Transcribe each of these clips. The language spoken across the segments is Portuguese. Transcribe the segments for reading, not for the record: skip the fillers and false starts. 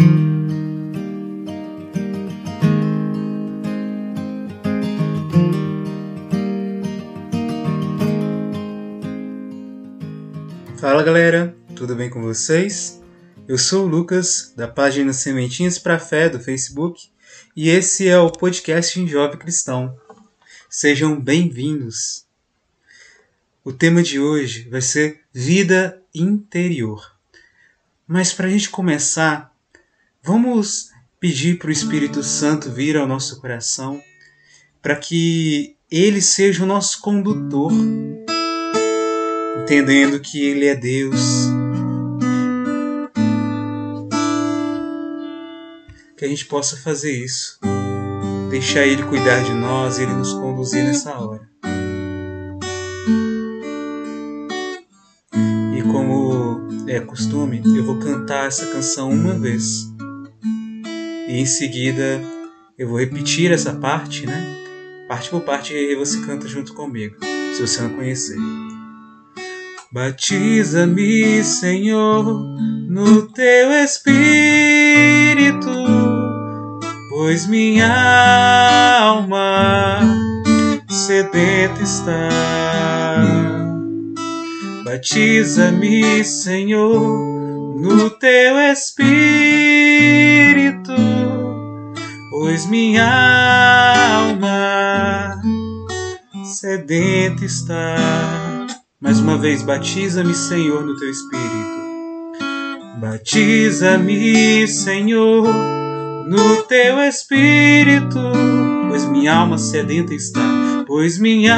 Fala galera, tudo bem com vocês? Eu sou o Lucas, da página Sementinhas pra Fé do Facebook, e esse é o podcast em Jovem Cristão. Sejam bem-vindos! O tema de hoje vai ser vida interior. Mas para a gente começar, vamos pedir para o Espírito Santo vir ao nosso coração, para que ele seja o nosso condutor, entendendo que Ele é Deus, que a gente possa fazer isso, deixar Ele cuidar de nós, Ele nos conduzir nessa hora. E como é costume, eu vou cantar essa canção uma vez, e em seguida eu vou repetir essa parte, parte por parte, e aí você canta junto comigo, se você não conhecer. Batiza-me, Senhor, no Teu Espírito, pois minha alma sedenta está. Batiza-me, Senhor, no Teu Espírito, pois minha alma sedenta está. Mais uma vez, batiza-me, Senhor, no Teu Espírito. Batiza-me, Senhor, no Teu Espírito, pois minha alma sedenta está. Pois minha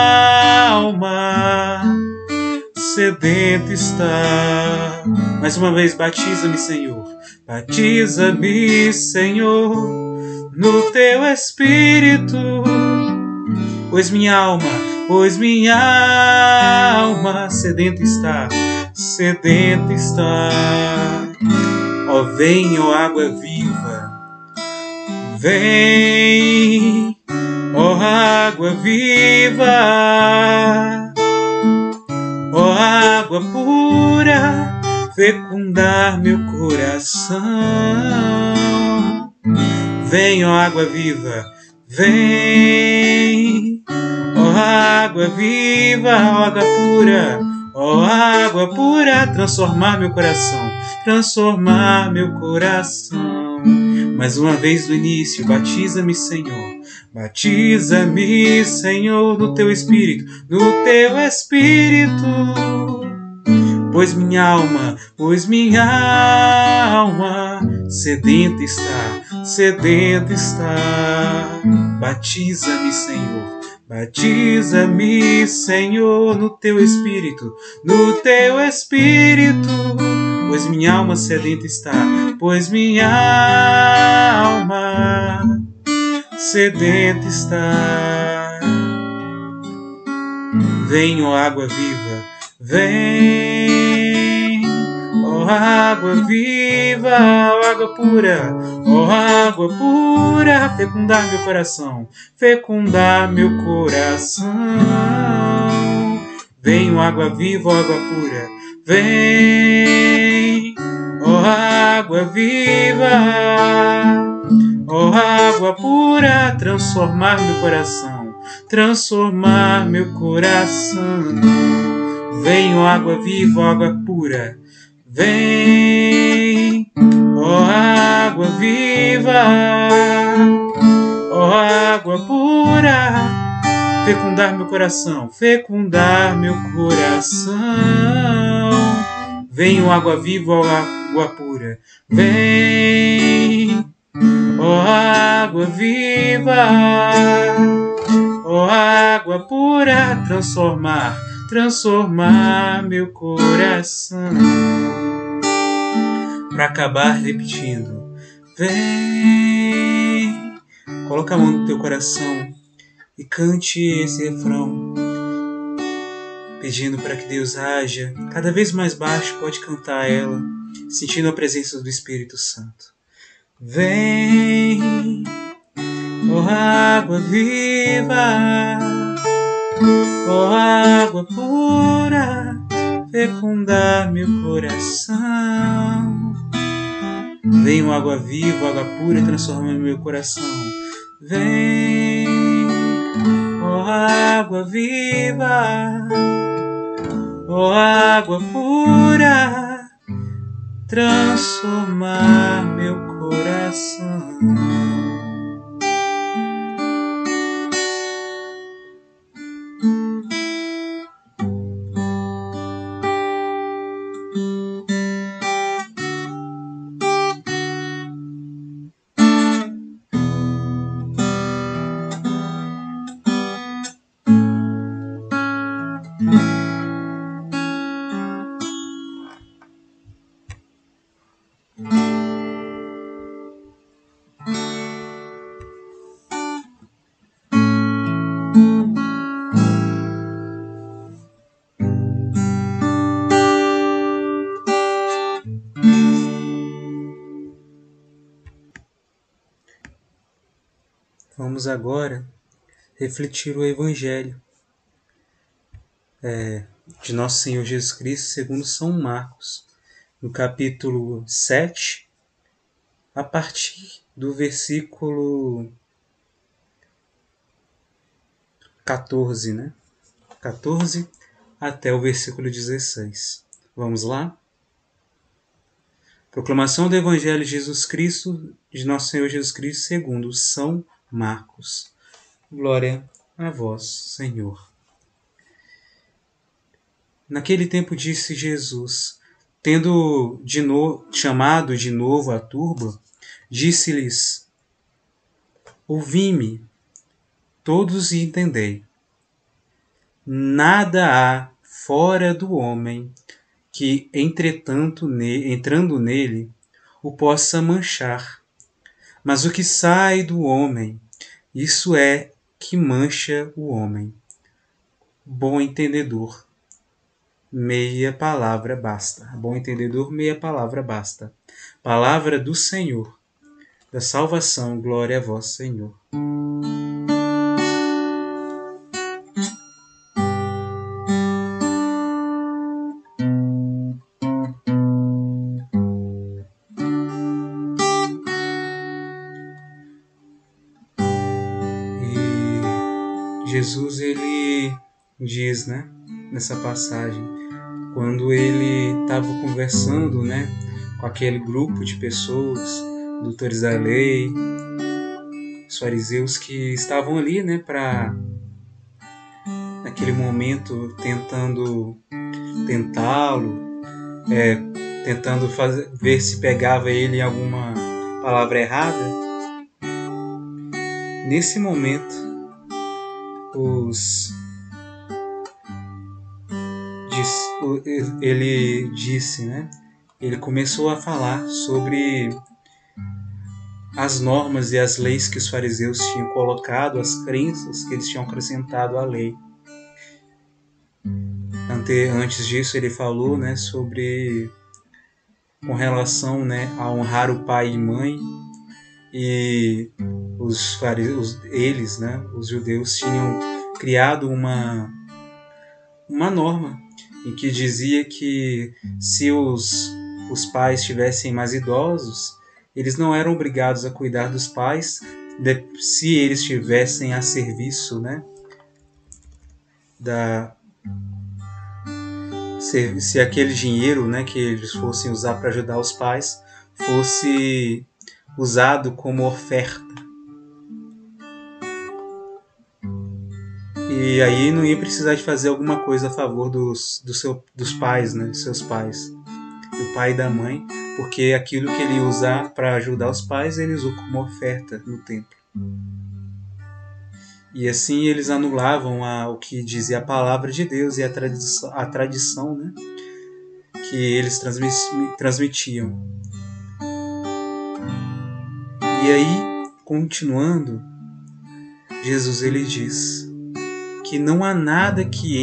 alma sedenta está. Mais uma vez, batiza-me, Senhor. Batiza-me, Senhor, no Teu Espírito, pois minha alma sedenta está, sedenta está. Ó, vem, ó água viva, vem, ó água viva, ó água pura, fecundar meu coração. Vem, ó água viva, vem, ó água viva, ó água pura, ó água pura, transformar meu coração, transformar meu coração. Mais uma vez do início, batiza-me, Senhor, batiza-me, Senhor, no Teu Espírito, pois minha alma sedenta está, sedenta está. Batiza-me, Senhor, batiza-me, Senhor, no Teu Espírito, pois minha alma sedenta está, pois minha alma sedenta está. Vem, ó água viva, vem, ó água viva, ó água pura, ó água pura, fecundar meu coração, fecundar meu coração. Vem, ó água viva, ó água pura, vem, ó água viva, ó água pura, transformar meu coração, transformar meu coração. Vem, ó água viva, ó água pura, vem, ó água viva, ó água pura, fecundar meu coração, fecundar meu coração. Vem, ó água viva, ó água pura, vem, ó água viva, ó água pura, transformar meu coração. Para acabar repetindo, vem, coloca a mão no teu coração e cante esse refrão, pedindo para que Deus haja. Cada vez mais baixo, pode cantar ela, sentindo a presença do Espírito Santo. Vem, ó água viva, ó água pura, fecundar meu coração. Venha água viva, água pura, transforma meu coração. Vem, ó água viva, ó água pura, transformar meu coração. Vamos agora refletir o Evangelho de Nosso Senhor Jesus Cristo segundo São Marcos, no capítulo 7, a partir do versículo 14, né? 14 até o versículo 16. Vamos lá? Proclamação do Evangelho de Jesus Cristo, de Nosso Senhor Jesus Cristo segundo São Marcos. Glória a vós, Senhor. Naquele tempo disse Jesus, tendo chamado de novo a turba, disse-lhes: Ouvi-me, todos e entendei. Nada há fora do homem que, entretanto, entrando nele, o possa manchar. Mas o que sai do homem, isso é que mancha o homem. Bom entendedor, meia palavra basta. Bom entendedor, meia palavra basta. Palavra do Senhor, da salvação, glória a vós, Senhor. E Jesus, ele diz, né, nessa passagem, quando ele estava conversando, né, com aquele grupo de pessoas, doutores da lei, os fariseus que estavam ali, né, para naquele momento tentá-lo, tentando ver se pegava ele em alguma palavra errada. Nesse momento, ele disse, né? Ele começou a falar sobre as normas e as leis que os fariseus tinham colocado, as crenças que eles tinham acrescentado à lei. Antes disso, ele falou, né, com relação, né, a honrar o pai e mãe, e eles, né, os judeus, tinham criado uma norma em que dizia que se os pais tivessem mais idosos, eles não eram obrigados a cuidar dos pais se eles estivessem a serviço, né, se aquele dinheiro, né, que eles fossem usar para ajudar os pais fosse usado como oferta. E aí não ia precisar de fazer alguma coisa a favor dos pais, né, dos seus pais, do pai e da mãe, porque aquilo que ele ia usar para ajudar os pais, ele usou como oferta no templo. E assim eles anulavam o que dizia a palavra de Deus e a tradição, né, que eles transmitiam. E aí, continuando, Jesus ele diz que não há nada que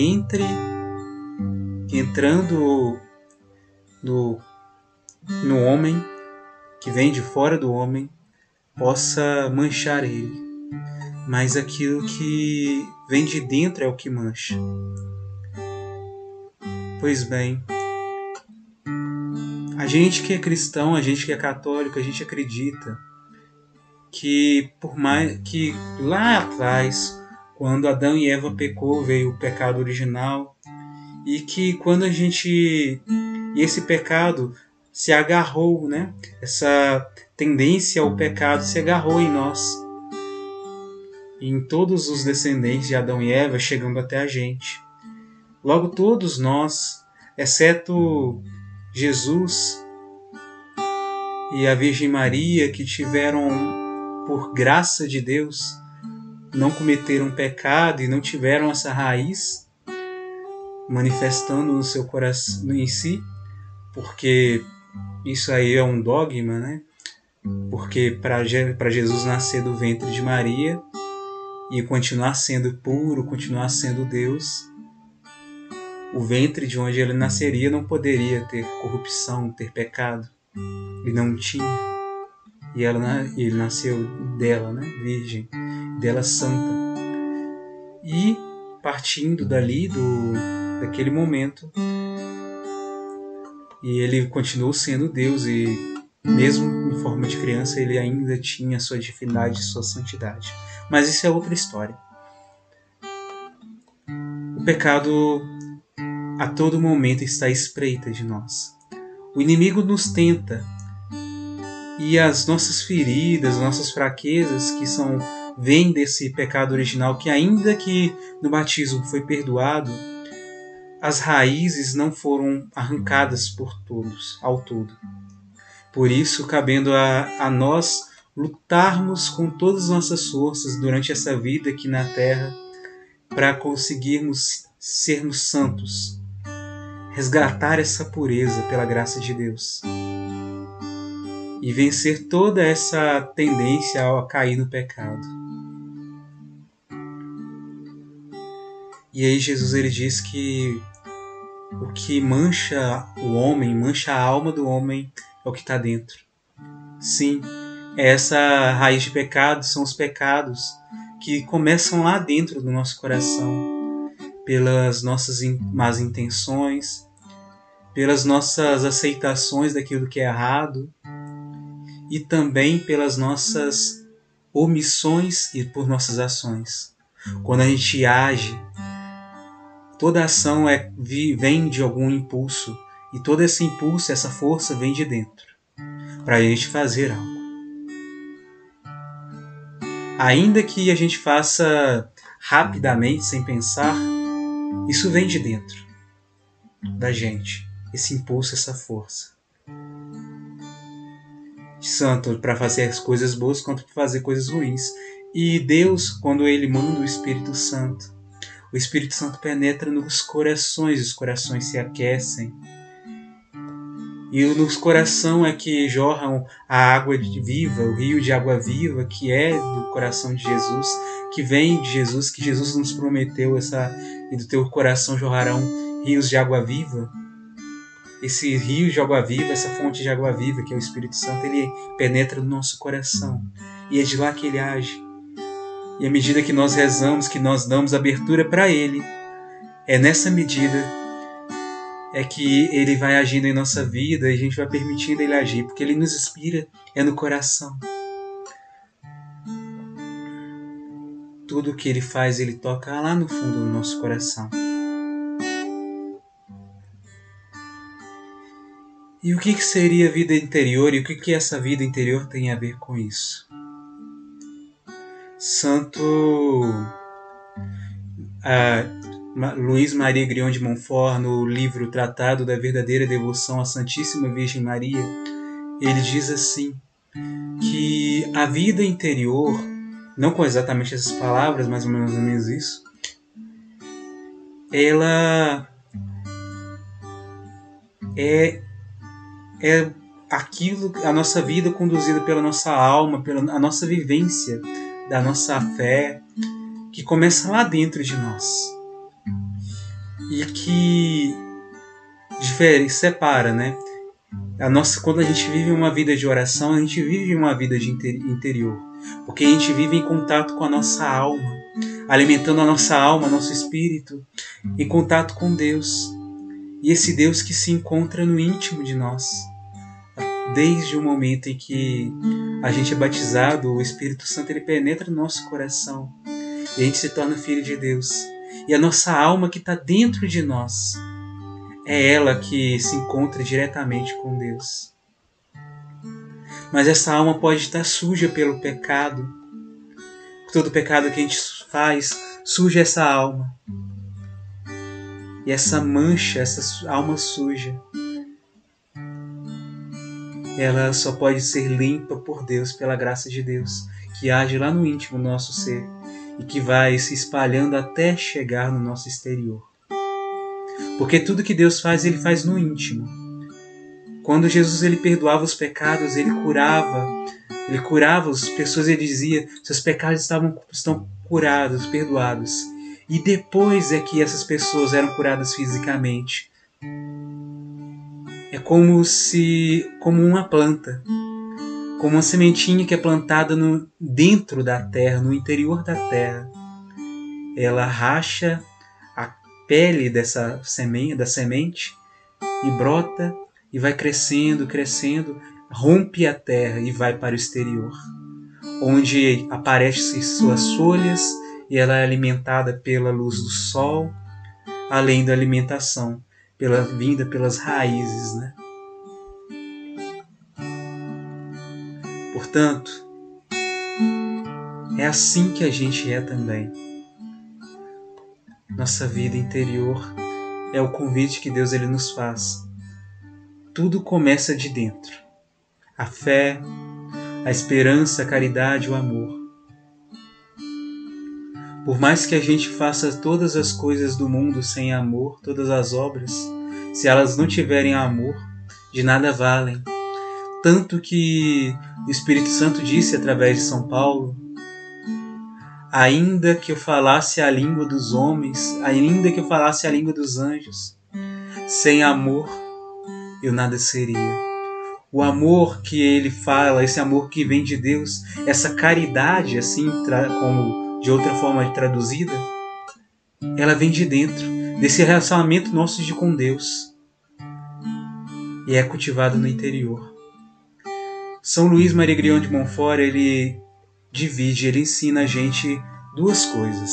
entrando no homem, que vem de fora do homem, possa manchar ele, mas aquilo que vem de dentro é o que mancha. Pois bem, A gente que é cristão, a gente que é católico, a gente acredita que por mais que lá atrás, quando Adão e Eva pecou, veio o pecado original, e que quando e esse pecado se agarrou, né? Essa tendência ao pecado se agarrou em nós, em todos os descendentes de Adão e Eva, chegando até a gente. Logo todos nós, exceto Jesus e a Virgem Maria, que tiveram, por graça de Deus, não cometeram pecado e não tiveram essa raiz manifestando no seu coração, em si, porque isso aí é um dogma, né? Porque para Jesus nascer do ventre de Maria e continuar sendo puro, continuar sendo Deus, o ventre de onde ele nasceria não poderia ter corrupção, ter pecado. Ele não tinha. E ele nasceu dela, né? Virgem, dela santa. E partindo dali, daquele momento, e ele continuou sendo Deus, e mesmo em forma de criança ele ainda tinha sua divindade e sua santidade. Mas isso é outra história. O pecado a todo momento está à espreita de nós. O inimigo nos tenta, e as nossas feridas, nossas fraquezas vêm desse pecado original, que ainda que no batismo foi perdoado, as raízes não foram arrancadas por todos, ao todo. Por isso, cabendo a nós lutarmos com todas as nossas forças durante essa vida aqui na Terra, para conseguirmos sermos santos, resgatar essa pureza pela graça de Deus e vencer toda essa tendência a cair no pecado. E aí Jesus ele diz que o que mancha o homem, mancha a alma do homem, é o que está dentro. Sim, essa raiz de pecado são os pecados que começam lá dentro do nosso coração, pelas nossas más intenções, pelas nossas aceitações daquilo que é errado, e também pelas nossas omissões e por nossas ações. Quando a gente age, toda ação vem de algum impulso, e todo esse impulso, essa força vem de dentro, para a gente fazer algo. Ainda que a gente faça rapidamente, sem pensar, isso vem de dentro da gente, esse impulso, essa força. Tanto para fazer as coisas boas quanto para fazer coisas ruins. E Deus, quando Ele manda o Espírito Santo penetra nos corações, os corações se aquecem. E nos corações é que jorram a água viva, o rio de água viva, que é do coração de Jesus, que vem de Jesus, que Jesus nos prometeu, e do teu coração jorrarão rios de água viva. Esse rio de água viva, essa fonte de água viva, que é o Espírito Santo, ele penetra no nosso coração. E é de lá que ele age. E à medida que nós rezamos, que nós damos abertura para ele, é nessa medida que ele vai agindo em nossa vida, e a gente vai permitindo ele agir, porque ele nos inspira, é no coração. Tudo o que ele faz, ele toca lá no fundo do nosso coração. E o que seria vida interior, e o que essa vida interior tem a ver com isso? Santo Luís Maria Grignion de Montfort, no livro Tratado da Verdadeira Devoção à Santíssima Virgem Maria, ele diz assim, que a vida interior, não com exatamente essas palavras, mas mais ou menos isso, ela é aquilo, a nossa vida conduzida pela nossa alma, a nossa vivência da nossa fé, que começa lá dentro de nós e que separa, né? Quando a gente vive uma vida de oração, a gente vive uma vida de interior, porque a gente vive em contato com a nossa alma, alimentando a nossa alma, nosso espírito, em contato com Deus, e esse Deus que se encontra no íntimo de nós. Desde o momento em que a gente é batizado, o Espírito Santo ele penetra no nosso coração e a gente se torna filho de Deus. E a nossa alma que está dentro de nós é ela que se encontra diretamente com Deus. Mas essa alma pode estar suja pelo pecado. Todo pecado que a gente faz suja essa alma. E essa mancha, essa alma suja, ela só pode ser limpa por Deus, pela graça de Deus, que age lá no íntimo do nosso ser e que vai se espalhando até chegar no nosso exterior. Porque tudo que Deus faz, Ele faz no íntimo. Quando Jesus ele perdoava os pecados, Ele curava as pessoas, Ele dizia, seus pecados estão curados, perdoados. E depois é que essas pessoas eram curadas fisicamente. É como uma planta, como uma sementinha que é plantada dentro da terra, no interior da terra. Ela racha a pele da semente e brota e vai crescendo, rompe a terra e vai para o exterior, onde aparecem suas folhas e ela é alimentada pela luz do sol, além da alimentação vinda pelas raízes, né? Portanto, é assim que a gente é também. Nossa vida interior é o convite que Deus ele nos faz. Tudo começa de dentro. A fé, a esperança, a caridade, o amor. Por mais que a gente faça todas as coisas do mundo sem amor, todas as obras, se elas não tiverem amor, de nada valem. Tanto que o Espírito Santo disse através de São Paulo: ainda que eu falasse a língua dos homens, ainda que eu falasse a língua dos anjos, sem amor eu nada seria. O amor que ele fala, esse amor que vem de Deus, essa caridade, assim como de outra forma traduzida, ela vem de dentro, desse relacionamento nosso com Deus, e é cultivado no interior. São Luís Maria Grião de Montfort, ele ensina a gente duas coisas.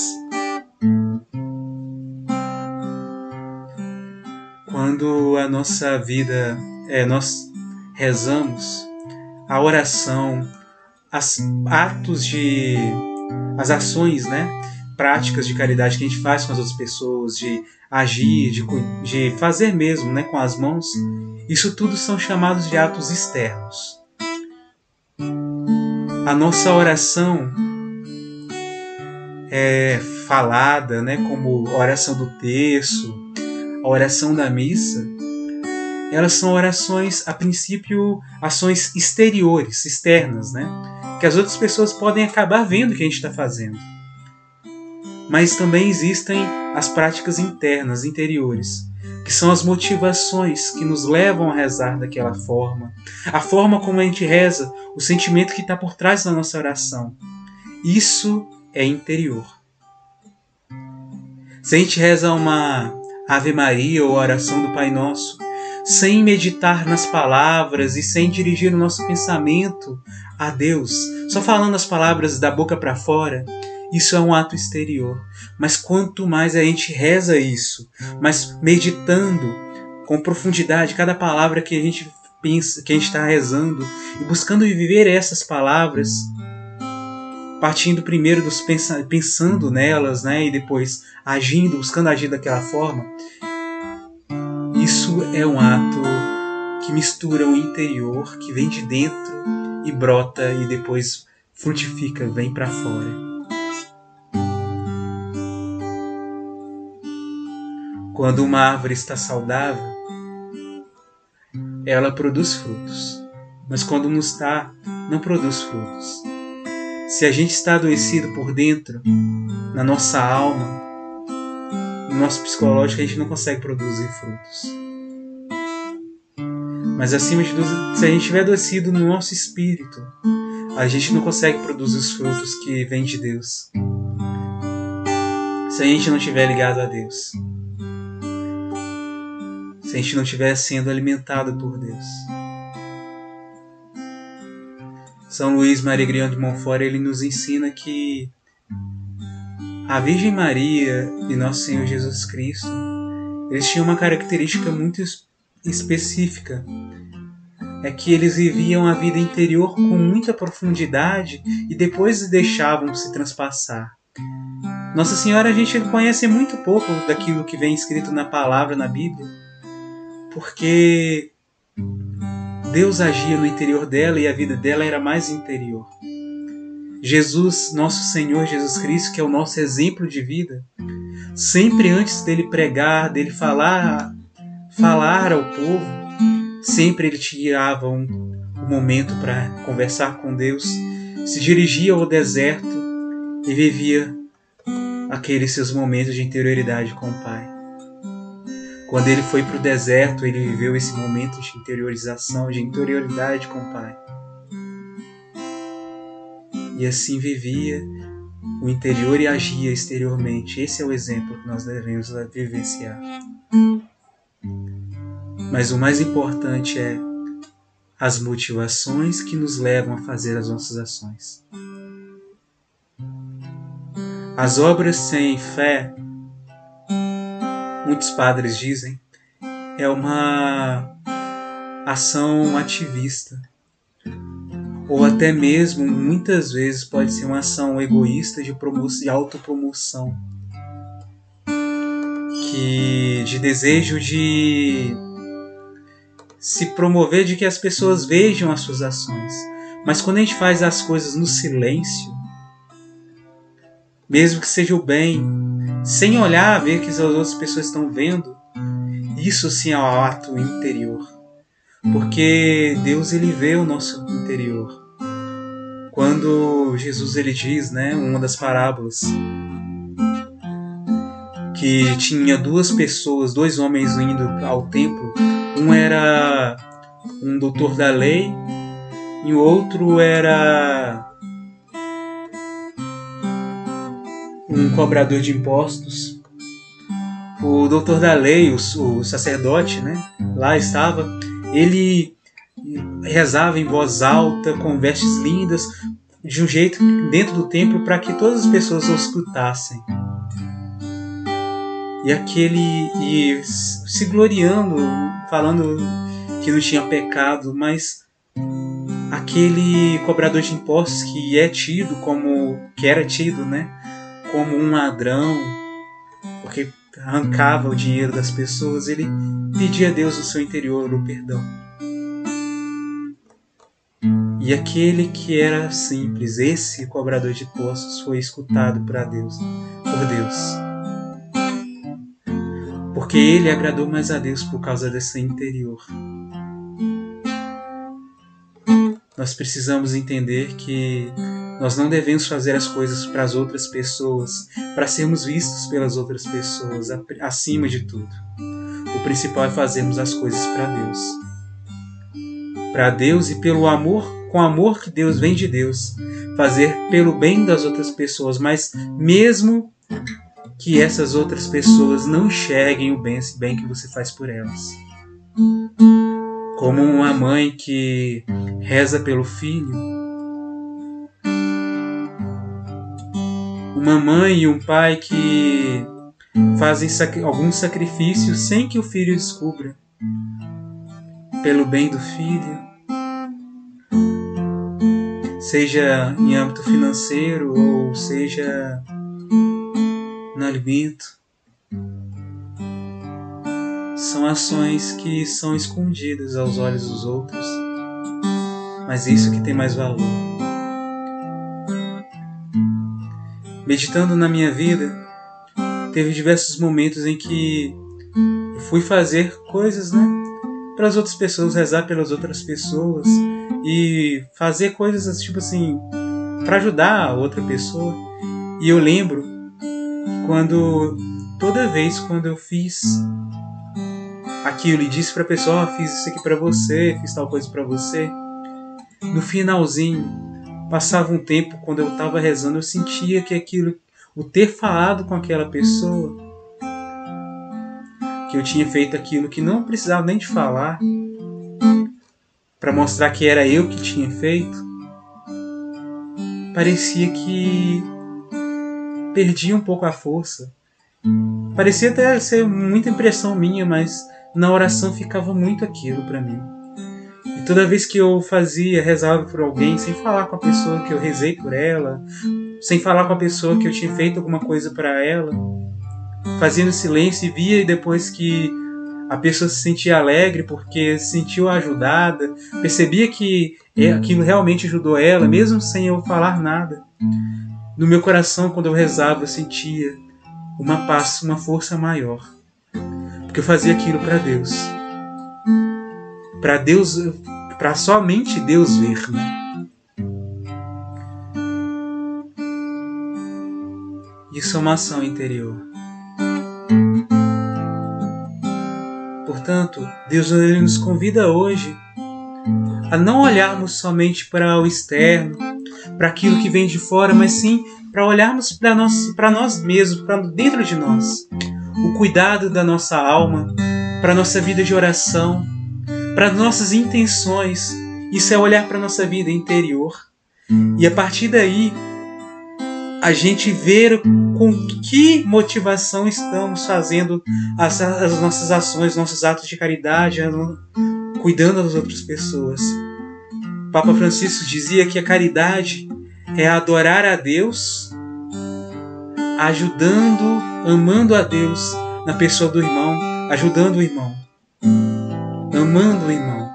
Quando a nossa vida, nós rezamos, a oração, as ações, né, práticas de caridade que a gente faz com as outras pessoas, de agir, de fazer mesmo, né, com as mãos, isso tudo são chamados de atos externos. A nossa oração é falada, né, como a oração do terço, a oração da missa, elas são orações, a princípio, ações exteriores, externas, né, que as outras pessoas podem acabar vendo o que a gente está fazendo. Mas também existem as práticas internas, interiores, que são as motivações que nos levam a rezar daquela forma, a forma como a gente reza, o sentimento que está por trás da nossa oração. Isso é interior. Se a gente reza uma Ave Maria ou a oração do Pai Nosso, sem meditar nas palavras e sem dirigir o nosso pensamento a Deus, só falando as palavras da boca para fora, isso é um ato exterior. Mas quanto mais a gente reza isso, mas meditando com profundidade cada palavra que a gente pensa, que a gente está rezando, e buscando viver essas palavras, partindo primeiro pensando nelas, né, e depois agindo, buscando agir daquela forma, isso é um ato que mistura o interior, que vem de dentro e brota e depois frutifica, vem para fora. Quando uma árvore está saudável, ela produz frutos. Mas quando não está, não produz frutos. Se a gente está adoecido por dentro, na nossa alma, no nosso psicológico, a gente não consegue produzir frutos. Mas acima de tudo, se a gente estiver adoecido no nosso espírito, a gente não consegue produzir os frutos que vêm de Deus. Se a gente não estiver ligado a Deus. Se a gente não estiver sendo alimentado por Deus. São Luís Maria Grião de Montfort, ele nos ensina que a Virgem Maria e Nosso Senhor Jesus Cristo, eles tinham uma característica muito específica. É que eles viviam a vida interior com muita profundidade e depois deixavam se transpassar. Nossa Senhora a gente conhece muito pouco daquilo que vem escrito na palavra, na Bíblia, porque Deus agia no interior dela e a vida dela era mais interior. Jesus, nosso Senhor Jesus Cristo, que é o nosso exemplo de vida, sempre antes dele pregar, dele falar ao povo, sempre ele tirava um momento para conversar com Deus, se dirigia ao deserto e vivia aqueles seus momentos de interioridade com o Pai. Quando ele foi para o deserto, ele viveu esse momento de interiorização, de interioridade com o Pai. E assim vivia o interior e agia exteriormente. Esse é o exemplo que nós devemos vivenciar. Mas o mais importante é as motivações que nos levam a fazer as nossas ações. As obras sem fé, muitos padres dizem, é uma ação ativista. Ou até mesmo, muitas vezes, pode ser uma ação egoísta de autopromoção. De desejo de se promover, de que as pessoas vejam as suas ações. Mas quando a gente faz as coisas no silêncio, mesmo que seja o bem, sem olhar, ver que as outras pessoas estão vendo, isso sim é um ato interior. Porque Deus, ele vê o nosso interior. Quando Jesus, ele diz, uma das parábolas, que tinha dois homens indo ao templo. Um era um doutor da lei e o outro era um cobrador de impostos. O doutor da lei, o sacerdote, lá estava, ele rezava em voz alta, com vestes lindas, de um jeito dentro do templo para que todas as pessoas o escutassem. E se gloriando, falando que não tinha pecado, mas aquele cobrador de impostos que era tido como um ladrão, porque arrancava o dinheiro das pessoas, ele pedia a Deus no seu interior o perdão. E aquele que era simples, esse cobrador de impostos, foi escutado por Deus. Porque ele agradou mais a Deus por causa desse interior. Nós precisamos entender que nós não devemos fazer as coisas para as outras pessoas, para sermos vistos pelas outras pessoas, acima de tudo. O principal é fazermos as coisas para Deus. Para Deus e pelo amor, com o amor que Deus vem de Deus, fazer pelo bem das outras pessoas, mas mesmo que essas outras pessoas não enxerguem o bem que você faz por elas. Como uma mãe que reza pelo filho, uma mãe e um pai que fazem alguns sacrifícios sem que o filho descubra, pelo bem do filho, seja em âmbito financeiro ou seja no alimento. São ações que são escondidas aos olhos dos outros, mas isso que tem mais valor. Meditando na minha vida, teve diversos momentos em que eu fui fazer coisas, para as outras pessoas, rezar pelas outras pessoas e fazer coisas tipo assim, para ajudar a outra pessoa. E eu lembro toda vez quando eu fiz aquilo e disse para a pessoa, fiz isso aqui para você, fiz tal coisa para você, no finalzinho, passava um tempo, quando eu estava rezando, eu sentia que aquilo, o ter falado com aquela pessoa, que eu tinha feito aquilo que não precisava nem de falar, para mostrar que era eu que tinha feito, parecia que perdia um pouco a força. Parecia até ser muita impressão minha, mas na oração ficava muito aquilo para mim. E toda vez que eu rezava por alguém, sem falar com a pessoa que eu rezei por ela, sem falar com a pessoa que eu tinha feito alguma coisa para ela, fazia no silêncio e via, e depois que a pessoa se sentia alegre porque se sentiu ajudada, percebia que aquilo realmente ajudou ela, mesmo sem eu falar nada. No meu coração, quando eu rezava, eu sentia uma paz, uma força maior, porque eu fazia aquilo para Deus. Para Deus, para somente Deus ver, né? Isso é uma ação interior. Portanto, Deus ele nos convida hoje a não olharmos somente para o externo, para aquilo que vem de fora, mas sim para olharmos para nós mesmos, para dentro de nós. O cuidado da nossa alma, para a nossa vida de oração, para nossas intenções. Isso é olhar para a nossa vida interior. E a partir daí, a gente ver com que motivação estamos fazendo as nossas ações, nossos atos de caridade, cuidando das outras pessoas. O Papa Francisco dizia que a caridade é adorar a Deus, ajudando, amando a Deus na pessoa do irmão, ajudando o irmão, amando o irmão.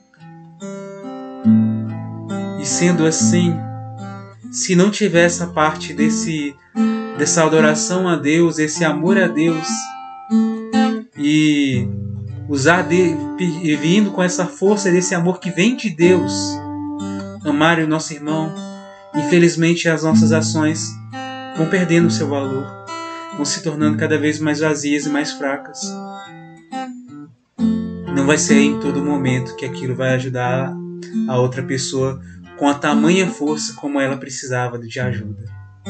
E sendo assim, se não tiver essa parte dessa adoração a Deus, esse amor a Deus, e vindo com essa força desse amor que vem de Deus, amar o nosso irmão, infelizmente as nossas ações vão perdendo o seu valor, vão se tornando cada vez mais vazias e mais fracas. Não vai ser em todo momento que aquilo vai ajudar a outra pessoa com a tamanha força como ela precisava de ajuda.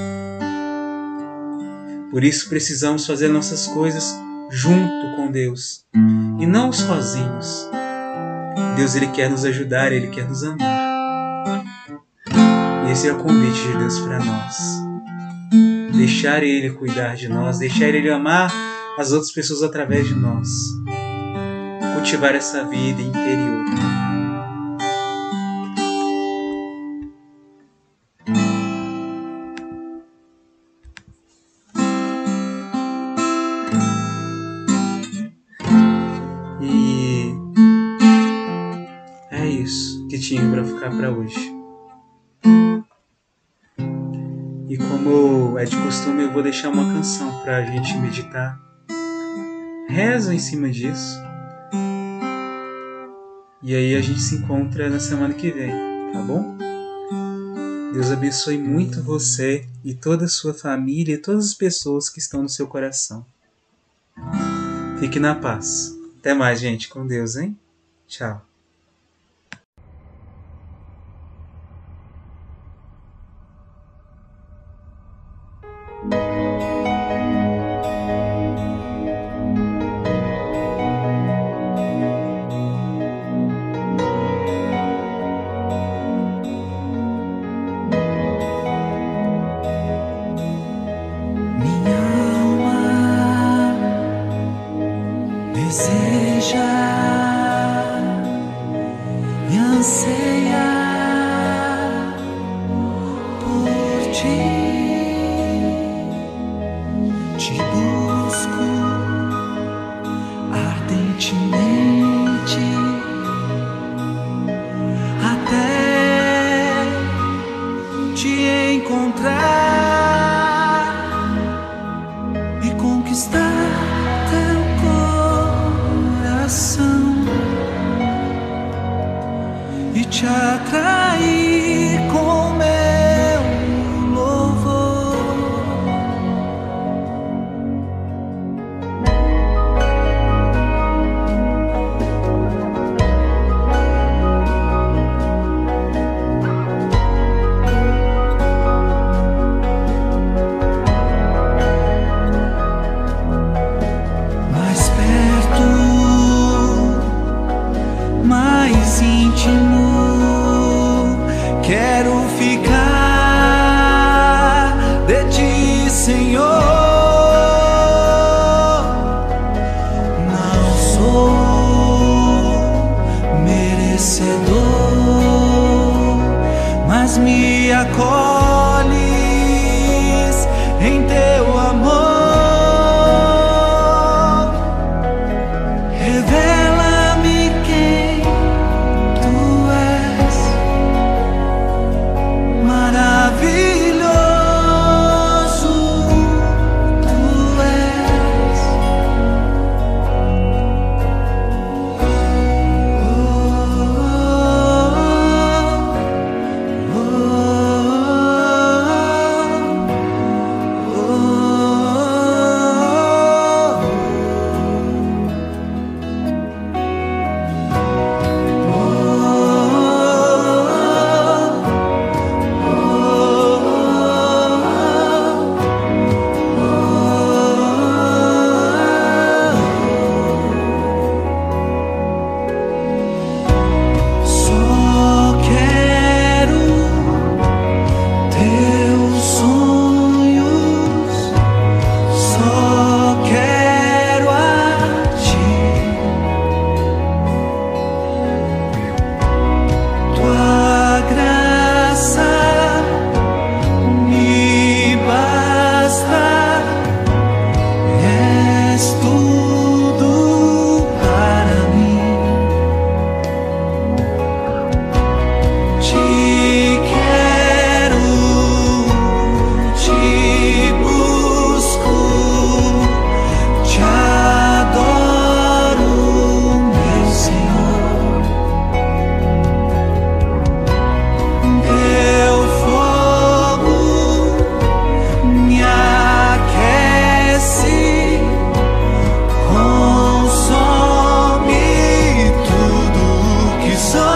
Por isso precisamos fazer nossas coisas junto com Deus e não sozinhos. Deus ele quer nos ajudar, ele quer nos amar. Esse é o convite de Deus para nós. Deixar ele cuidar de nós, deixar ele amar as outras pessoas através de nós. Cultivar essa vida interior. E é isso que tinha para ficar para hoje. E como é de costume, eu vou deixar uma canção para a gente meditar. Reza em cima disso. E aí a gente se encontra na semana que vem, tá bom? Deus abençoe muito você e toda a sua família e todas as pessoas que estão no seu coração. Fique na paz. Até mais, gente. Com Deus, hein? Tchau. Deseja e anseia por ti, te busco ardentemente até te encontrar e conquistar e te atrair com meu louvor. Mais perto, mais íntimo, quero ficar. mas me acolhes em teu amor. Revela-me quem tu és, maravilhoso tu és. Só quero teus sonhos, só quero a ti. Tua graça me basta, és tudo para mim. Te quero, te busco, te adoro, meu Senhor. Teu fogo me aquece, consome tudo que sou.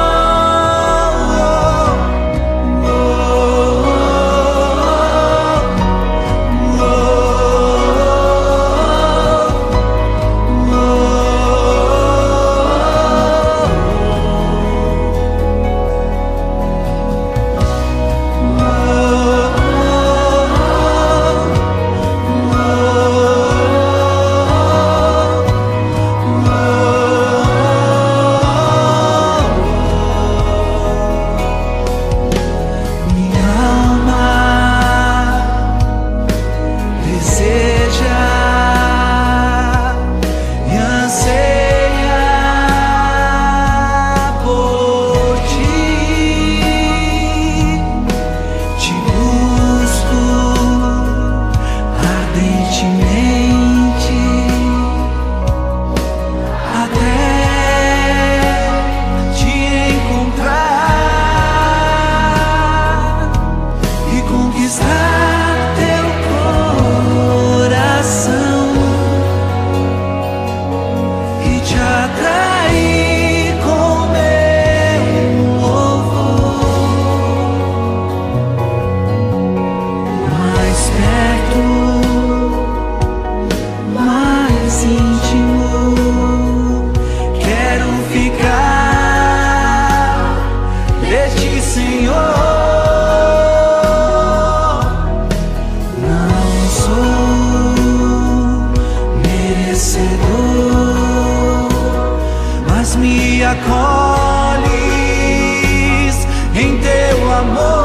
Minha alma deseja e anseia por ti. Te busco ardentemente até te encontrar e conquistar teu coração e te atrair com meu louvor. Mais perto, mais íntimo, quero ficar de ti, Senhor. Não sou merecedor, mas me acolhes em teu amor.